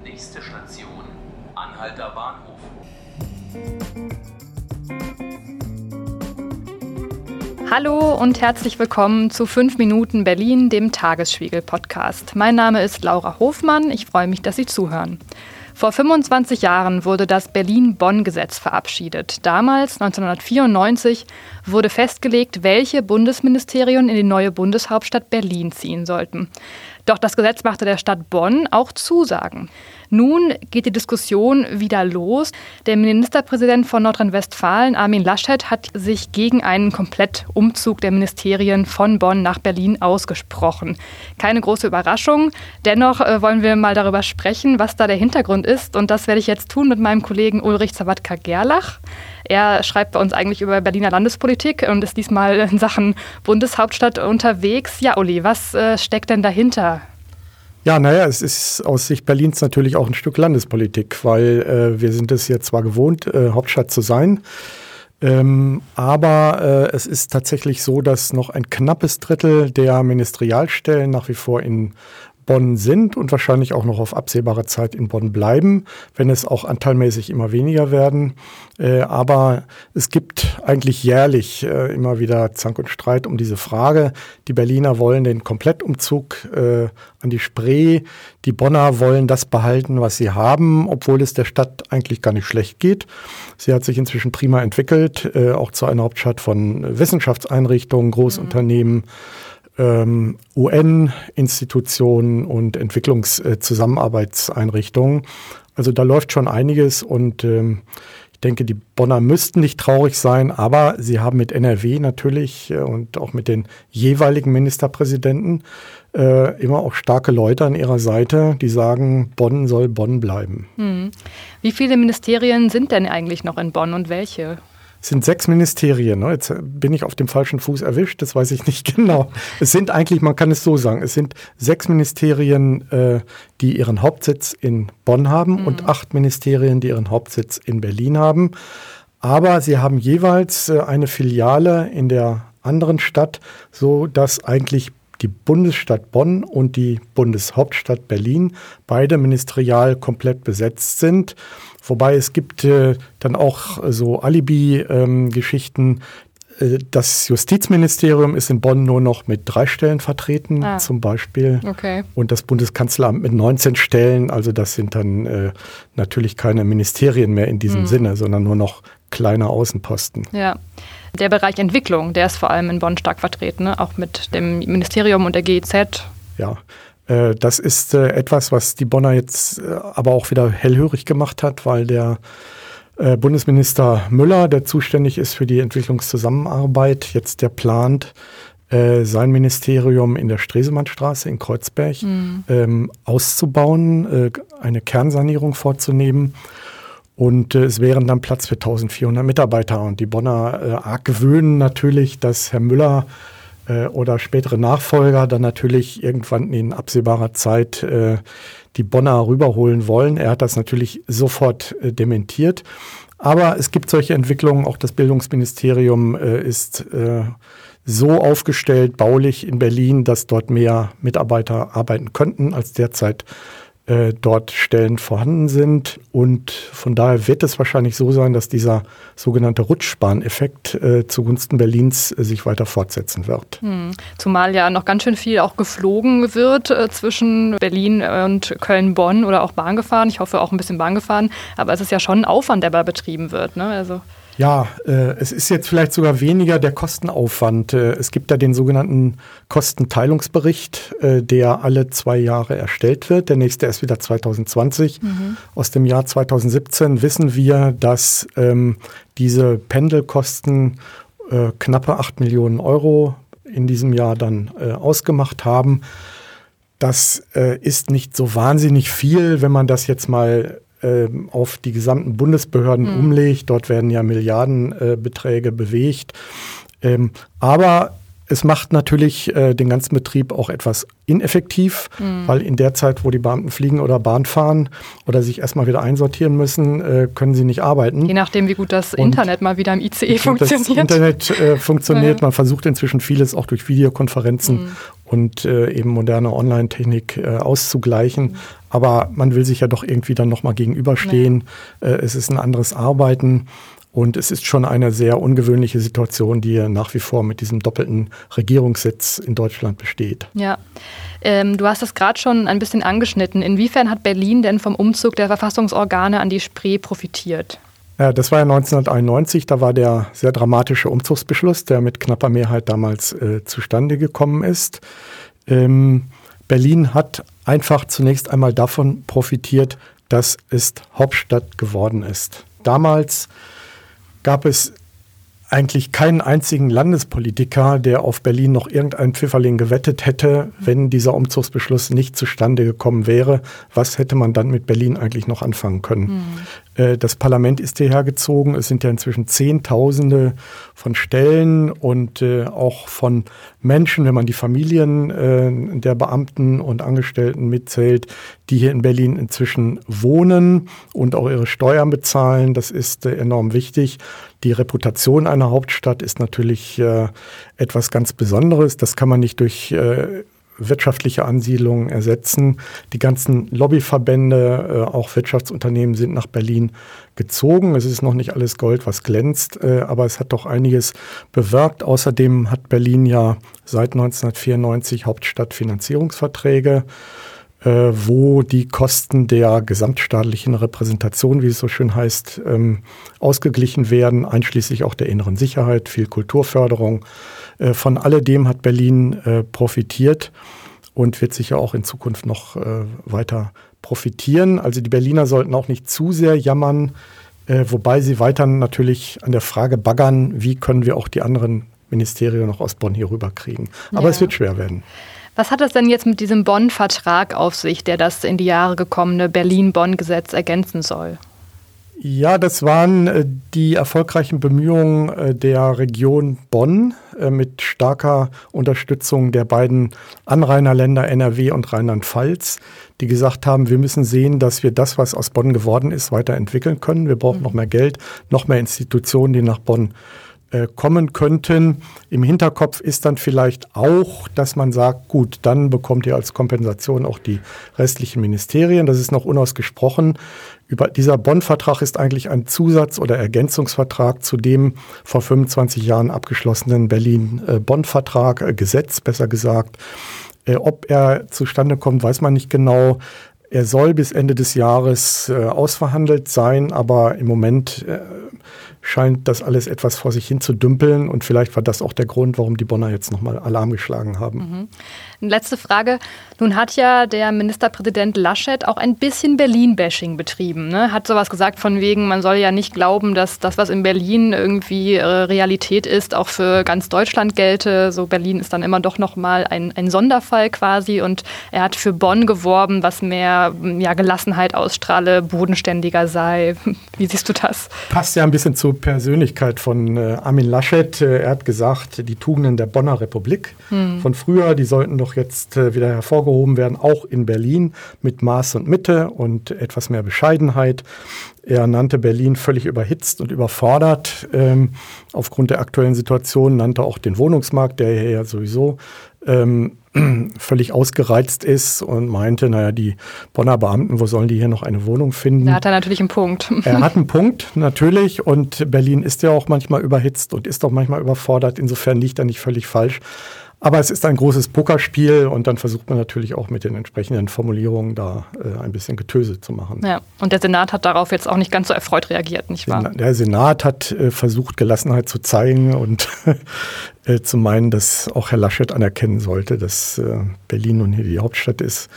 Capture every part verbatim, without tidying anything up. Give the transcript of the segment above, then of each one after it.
Nächste Station, Anhalter Bahnhof. Hallo und herzlich willkommen zu fünf Minuten Berlin, dem Tagesspiegel-Podcast. Mein Name ist Laura Hofmann, ich freue mich, dass Sie zuhören. Vor fünfundzwanzig Jahren wurde das Berlin-Bonn-Gesetz verabschiedet. Damals, neunzehnhundertvierundneunzig, wurde festgelegt, welche Bundesministerien in die neue Bundeshauptstadt Berlin ziehen sollten. Doch das Gesetz machte der Stadt Bonn auch Zusagen. Nun geht die Diskussion wieder los. Der Ministerpräsident von Nordrhein-Westfalen, Armin Laschet, hat sich gegen einen Komplettumzug der Ministerien von Bonn nach Berlin ausgesprochen. Keine große Überraschung. Dennoch äh, wollen wir mal darüber sprechen, was da der Hintergrund ist. Und das werde ich jetzt tun mit meinem Kollegen Ulrich Sawatka-Gerlach. Er schreibt bei uns eigentlich über Berliner Landespolitik und ist diesmal in Sachen Bundeshauptstadt unterwegs. Ja, Uli, was äh, steckt denn dahinter? Ja, naja, es ist aus Sicht Berlins natürlich auch ein Stück Landespolitik, weil äh, wir sind es jetzt zwar gewohnt, äh, Hauptstadt zu sein, ähm, aber äh, es ist tatsächlich so, dass noch ein knappes Drittel der Ministerialstellen nach wie vor in Bonn sind und wahrscheinlich auch noch auf absehbare Zeit in Bonn bleiben, wenn es auch anteilmäßig immer weniger werden. Äh, aber es gibt eigentlich jährlich äh, immer wieder Zank und Streit um diese Frage. Die Berliner wollen den Komplettumzug äh, an die Spree. Die Bonner wollen das behalten, was sie haben, obwohl es der Stadt eigentlich gar nicht schlecht geht. Sie hat sich inzwischen prima entwickelt, äh, auch zu einer Hauptstadt von Wissenschaftseinrichtungen, Großunternehmen, mhm. Ähm, U N-Institutionen und Entwicklungszusammenarbeitseinrichtungen. Also da läuft schon einiges und ähm, ich denke, die Bonner müssten nicht traurig sein, aber sie haben mit N R W natürlich äh, und auch mit den jeweiligen Ministerpräsidenten äh, immer auch starke Leute an ihrer Seite, die sagen, Bonn soll Bonn bleiben. Hm. Wie viele Ministerien sind denn eigentlich noch in Bonn und welche? Es sind sechs Ministerien. Ne? Jetzt bin ich auf dem falschen Fuß erwischt, das weiß ich nicht genau. Es sind eigentlich, man kann es so sagen, es sind sechs Ministerien, äh, die ihren Hauptsitz in Bonn haben mhm. und acht Ministerien, die ihren Hauptsitz in Berlin haben. Aber sie haben jeweils äh, eine Filiale in der anderen Stadt, so dass eigentlich die Bundesstadt Bonn und die Bundeshauptstadt Berlin beide ministerial komplett besetzt sind. Wobei es gibt äh, dann auch so Alibi-Geschichten. Ähm, das Justizministerium ist in Bonn nur noch mit drei Stellen vertreten, ah. zum Beispiel. Okay. Und das Bundeskanzleramt mit neunzehn Stellen. Also das sind dann äh, natürlich keine Ministerien mehr in diesem mhm. Sinne, sondern nur noch kleine Außenposten. Ja. Der Bereich Entwicklung, der ist vor allem in Bonn stark vertreten, ne? Auch mit dem Ministerium und der G E Z. Ja. Das ist etwas, was die Bonner jetzt aber auch wieder hellhörig gemacht hat, weil der Bundesminister Müller, der zuständig ist für die Entwicklungszusammenarbeit, jetzt der plant, sein Ministerium in der Stresemannstraße in Kreuzberg mhm. auszubauen, eine Kernsanierung vorzunehmen. Und es wären dann Platz für eintausendvierhundert Mitarbeiter. Und die Bonner arg gewöhnen natürlich, dass Herr Müller oder spätere Nachfolger dann natürlich irgendwann in absehbarer Zeit äh, die Bonner rüberholen wollen. Er hat das natürlich sofort äh, dementiert. Aber es gibt solche Entwicklungen. Auch das Bildungsministerium äh, ist äh, so aufgestellt, baulich in Berlin, dass dort mehr Mitarbeiter arbeiten könnten, als derzeit äh, dort Stellen vorhanden sind. Und von daher wird es wahrscheinlich so sein, dass dieser sogenannte Rutschbahneffekt äh, zugunsten Berlins äh, sich weiter fortsetzen wird. Hm. Zumal ja noch ganz schön viel auch geflogen wird äh, zwischen Berlin und Köln-Bonn oder auch Bahn gefahren. Ich hoffe auch ein bisschen Bahn gefahren. Aber es ist ja schon ein Aufwand, der da betrieben wird, ne? Also Ja, äh, es ist jetzt vielleicht sogar weniger der Kostenaufwand. Äh, es gibt da den sogenannten Kostenteilungsbericht, äh, der alle zwei Jahre erstellt wird. Der nächste ist wieder zwanzig zwanzig. Mhm. Aus dem Jahr zwanzig siebzehn wissen wir, dass ähm, diese Pendelkosten äh, knappe acht Millionen Euro in diesem Jahr dann äh, ausgemacht haben. Das äh, ist nicht so wahnsinnig viel, wenn man das jetzt mal auf die gesamten Bundesbehörden mhm. umlegt. Dort werden ja Milliardenbeträge äh, bewegt. Ähm, aber Es macht natürlich äh, den ganzen Betrieb auch etwas ineffektiv, mhm. weil in der Zeit, wo die Beamten fliegen oder Bahn fahren oder sich erstmal wieder einsortieren müssen, äh, können sie nicht arbeiten. Je nachdem, wie gut das Und Internet mal wieder im I C E funktioniert. Das Internet äh, funktioniert. Ja. Man versucht inzwischen vieles auch durch Videokonferenzen mhm. und äh, eben moderne Online-Technik äh, auszugleichen. Mhm. Aber man will sich ja doch irgendwie dann nochmal gegenüberstehen. Ja. Äh, es ist ein anderes Arbeiten. Und es ist schon eine sehr ungewöhnliche Situation, die ja nach wie vor mit diesem doppelten Regierungssitz in Deutschland besteht. Ja, ähm, du hast das gerade schon ein bisschen angeschnitten. Inwiefern hat Berlin denn vom Umzug der Verfassungsorgane an die Spree profitiert? Ja, das war ja neunzehnhunderteinundneunzig, da war der sehr dramatische Umzugsbeschluss, der mit knapper Mehrheit damals äh, zustande gekommen ist. Ähm, Berlin hat einfach zunächst einmal davon profitiert, dass es Hauptstadt geworden ist. Damals gab es eigentlich keinen einzigen Landespolitiker, der auf Berlin noch irgendein Pfifferling gewettet hätte, wenn dieser Umzugsbeschluss nicht zustande gekommen wäre. Was hätte man dann mit Berlin eigentlich noch anfangen können? Mhm. Äh, das Parlament ist hierher gezogen. Es sind ja inzwischen Zehntausende von Stellen und äh, auch von Menschen, wenn man die Familien äh, der Beamten und Angestellten mitzählt, die hier in Berlin inzwischen wohnen und auch ihre Steuern bezahlen. Das ist äh, enorm wichtig. Die Reputation einer Hauptstadt ist natürlich äh, etwas ganz Besonderes. Das kann man nicht durch äh, wirtschaftliche Ansiedlungen ersetzen. Die ganzen Lobbyverbände, äh, auch Wirtschaftsunternehmen sind nach Berlin gezogen. Es ist noch nicht alles Gold, was glänzt, äh, aber es hat doch einiges bewirkt. Außerdem hat Berlin ja seit neunzehnhundertvierundneunzig Hauptstadtfinanzierungsverträge, wo die Kosten der gesamtstaatlichen Repräsentation, wie es so schön heißt, ähm, ausgeglichen werden, einschließlich auch der inneren Sicherheit, viel Kulturförderung. Äh, von alledem hat Berlin äh, profitiert und wird sicher auch in Zukunft noch äh, weiter profitieren. Also die Berliner sollten auch nicht zu sehr jammern, äh, wobei sie weiter natürlich an der Frage baggern, wie können wir auch die anderen Ministerien noch aus Bonn hier rüberkriegen. Aber ja. Es wird schwer werden. Was hat das denn jetzt mit diesem Bonn-Vertrag auf sich, der das in die Jahre gekommene Berlin-Bonn-Gesetz ergänzen soll? Ja, das waren äh, die erfolgreichen Bemühungen äh, der Region Bonn äh, mit starker Unterstützung der beiden Anrainerländer N R W und Rheinland-Pfalz, die gesagt haben, wir müssen sehen, dass wir das, was aus Bonn geworden ist, weiterentwickeln können. Wir brauchen mhm. noch mehr Geld, noch mehr Institutionen, die nach Bonn kommen könnten. Im Hinterkopf ist dann vielleicht auch, dass man sagt, gut, dann bekommt ihr als Kompensation auch die restlichen Ministerien. Das ist noch unausgesprochen. Über dieser Bonn-Vertrag ist eigentlich ein Zusatz- oder Ergänzungsvertrag zu dem vor fünfundzwanzig Jahren abgeschlossenen Berlin-Bonn-Vertrag, äh, Gesetz besser gesagt. Äh, ob er zustande kommt, weiß man nicht genau. Er soll bis Ende des Jahres äh, ausverhandelt sein, aber im Moment äh, scheint das alles etwas vor sich hin zu dümpeln. Und vielleicht war das auch der Grund, warum die Bonner jetzt nochmal Alarm geschlagen haben. Mhm. Letzte Frage. Nun hat ja der Ministerpräsident Laschet auch ein bisschen Berlin-Bashing betrieben. Ne? Hat sowas gesagt von wegen, man soll ja nicht glauben, dass das, was in Berlin irgendwie äh, Realität ist, auch für ganz Deutschland gelte. So Berlin ist dann immer doch nochmal ein, ein Sonderfall quasi. Und er hat für Bonn geworben, was mehr ja, Gelassenheit ausstrahle, bodenständiger sei. Wie siehst du das? Passt ja ein bisschen zur Persönlichkeit von äh, Armin Laschet. Er hat gesagt, die Tugenden der Bonner Republik hm. von früher, die sollten doch jetzt äh, wieder hervorgehoben werden, auch in Berlin mit Maß und Mitte und etwas mehr Bescheidenheit. Er nannte Berlin völlig überhitzt und überfordert. Ähm, aufgrund der aktuellen Situation nannte auch den Wohnungsmarkt, der hier ja sowieso ähm, völlig ausgereizt ist und meinte, naja, die Bonner Beamten, wo sollen die hier noch eine Wohnung finden? Da hat er natürlich einen Punkt. Er hat einen Punkt, natürlich. Und Berlin ist ja auch manchmal überhitzt und ist auch manchmal überfordert. Insofern liegt er nicht völlig falsch. Aber es ist ein großes Pokerspiel und dann versucht man natürlich auch mit den entsprechenden Formulierungen da äh, ein bisschen Getöse zu machen. Ja, und der Senat hat darauf jetzt auch nicht ganz so erfreut reagiert, nicht wahr? Der Senat hat äh, versucht, Gelassenheit zu zeigen und äh, zu meinen, dass auch Herr Laschet anerkennen sollte, dass äh, Berlin nun hier die Hauptstadt ist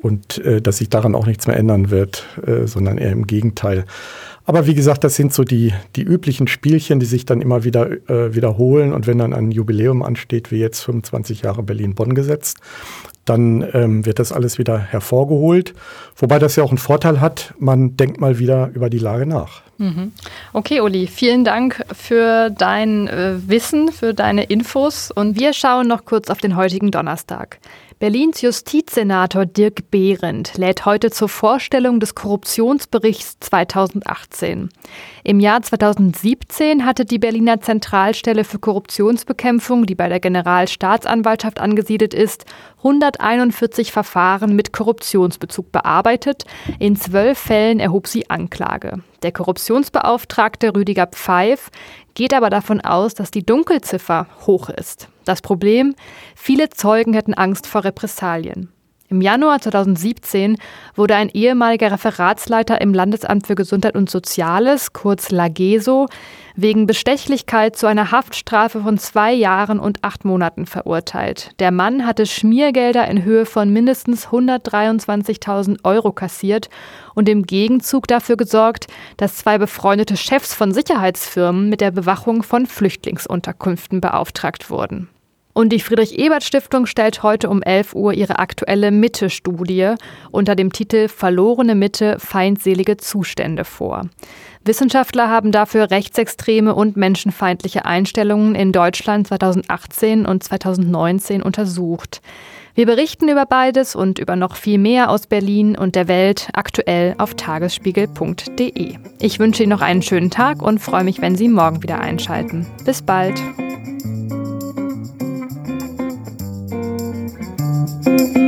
und äh, dass sich daran auch nichts mehr ändern wird, äh, sondern eher im Gegenteil. Aber wie gesagt, das sind so die, die üblichen Spielchen, die sich dann immer wieder äh, wiederholen. Und wenn dann ein Jubiläum ansteht, wie jetzt fünfundzwanzig Jahre Berlin-Bonn-Gesetz, dann ähm, wird das alles wieder hervorgeholt. Wobei das ja auch einen Vorteil hat, man denkt mal wieder über die Lage nach. Mhm. Okay, Uli, vielen Dank für dein äh, Wissen, für deine Infos. Und wir schauen noch kurz auf den heutigen Donnerstag. Berlins Justizsenator Dirk Behrendt lädt heute zur Vorstellung des Korruptionsberichts zweitausendachtzehn. Im Jahr zweitausendsiebzehn hatte die Berliner Zentralstelle für Korruptionsbekämpfung, die bei der Generalstaatsanwaltschaft angesiedelt ist, hunderteinundvierzig Verfahren mit Korruptionsbezug bearbeitet. In zwölf Fällen erhob sie Anklage. Der Korruptionsbeauftragte Rüdiger Pfeif geht aber davon aus, dass die Dunkelziffer hoch ist. Das Problem? Viele Zeugen hätten Angst vor Repressalien. Im Januar zweitausendsiebzehn wurde ein ehemaliger Referatsleiter im Landesamt für Gesundheit und Soziales, kurz LAGESO, wegen Bestechlichkeit zu einer Haftstrafe von zwei Jahren und acht Monaten verurteilt. Der Mann hatte Schmiergelder in Höhe von mindestens hundertdreiundzwanzigtausend Euro kassiert und im Gegenzug dafür gesorgt, dass zwei befreundete Chefs von Sicherheitsfirmen mit der Bewachung von Flüchtlingsunterkünften beauftragt wurden. Und die Friedrich-Ebert-Stiftung stellt heute um elf Uhr ihre aktuelle Mitte-Studie unter dem Titel Verlorene Mitte – feindselige Zustände vor. Wissenschaftler haben dafür rechtsextreme und menschenfeindliche Einstellungen in Deutschland zweitausendachtzehn und zweitausendneunzehn untersucht. Wir berichten über beides und über noch viel mehr aus Berlin und der Welt aktuell auf tagesspiegel punkt de. Ich wünsche Ihnen noch einen schönen Tag und freue mich, wenn Sie morgen wieder einschalten. Bis bald. Thank you.